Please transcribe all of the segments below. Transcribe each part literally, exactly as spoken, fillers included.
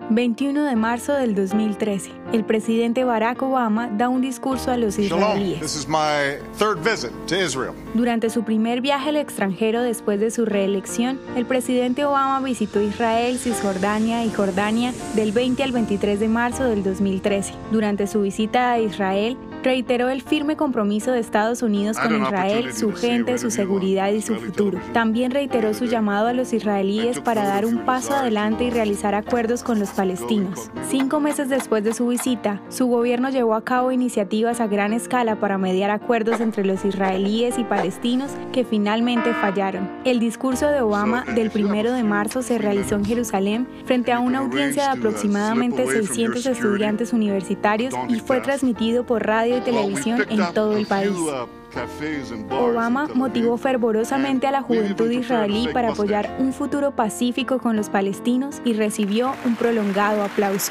veintiuno de marzo del dos mil trece. El presidente Barack Obama da un discurso a los israelíes. This is my third visit to Israel. Durante su primer viaje al extranjero después de su reelección, el presidente Obama visitó Israel, Cisjordania y Jordania del veinte al veintitrés de marzo del dos mil trece. Durante su visita a Israel, reiteró el firme compromiso de Estados Unidos con Israel, su gente, su seguridad y su futuro. También reiteró su llamado a los israelíes para dar un paso adelante y realizar acuerdos con los palestinos. Cinco meses después de su visita, su gobierno llevó a cabo iniciativas a gran escala para mediar acuerdos entre los israelíes y palestinos que finalmente fallaron. El discurso de Obama del primero de marzo se realizó en Jerusalén frente a una audiencia de aproximadamente seiscientos estudiantes universitarios y fue transmitido por radio y televisión en todo el país. Obama motivó fervorosamente a la juventud israelí para apoyar un futuro pacífico con los palestinos y recibió un prolongado aplauso.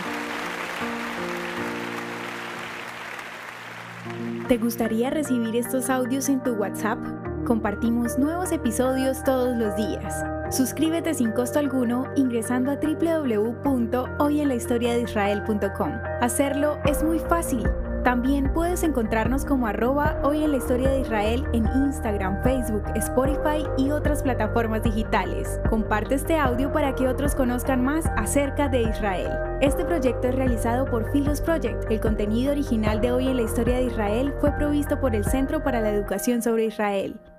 ¿Te gustaría recibir estos audios en tu WhatsApp? Compartimos nuevos episodios todos los días. Suscríbete sin costo alguno ingresando a doble u doble u doble u punto hoy en la historia de israel punto com. Hacerlo es muy fácil. También puedes encontrarnos como arroba hoy en la historia de Israel en Instagram, Facebook, Spotify y otras plataformas digitales. Comparte este audio para que otros conozcan más acerca de Israel. Este proyecto es realizado por Philos Project. El contenido original de Hoy en la historia de Israel fue provisto por el Centro para la Educación sobre Israel.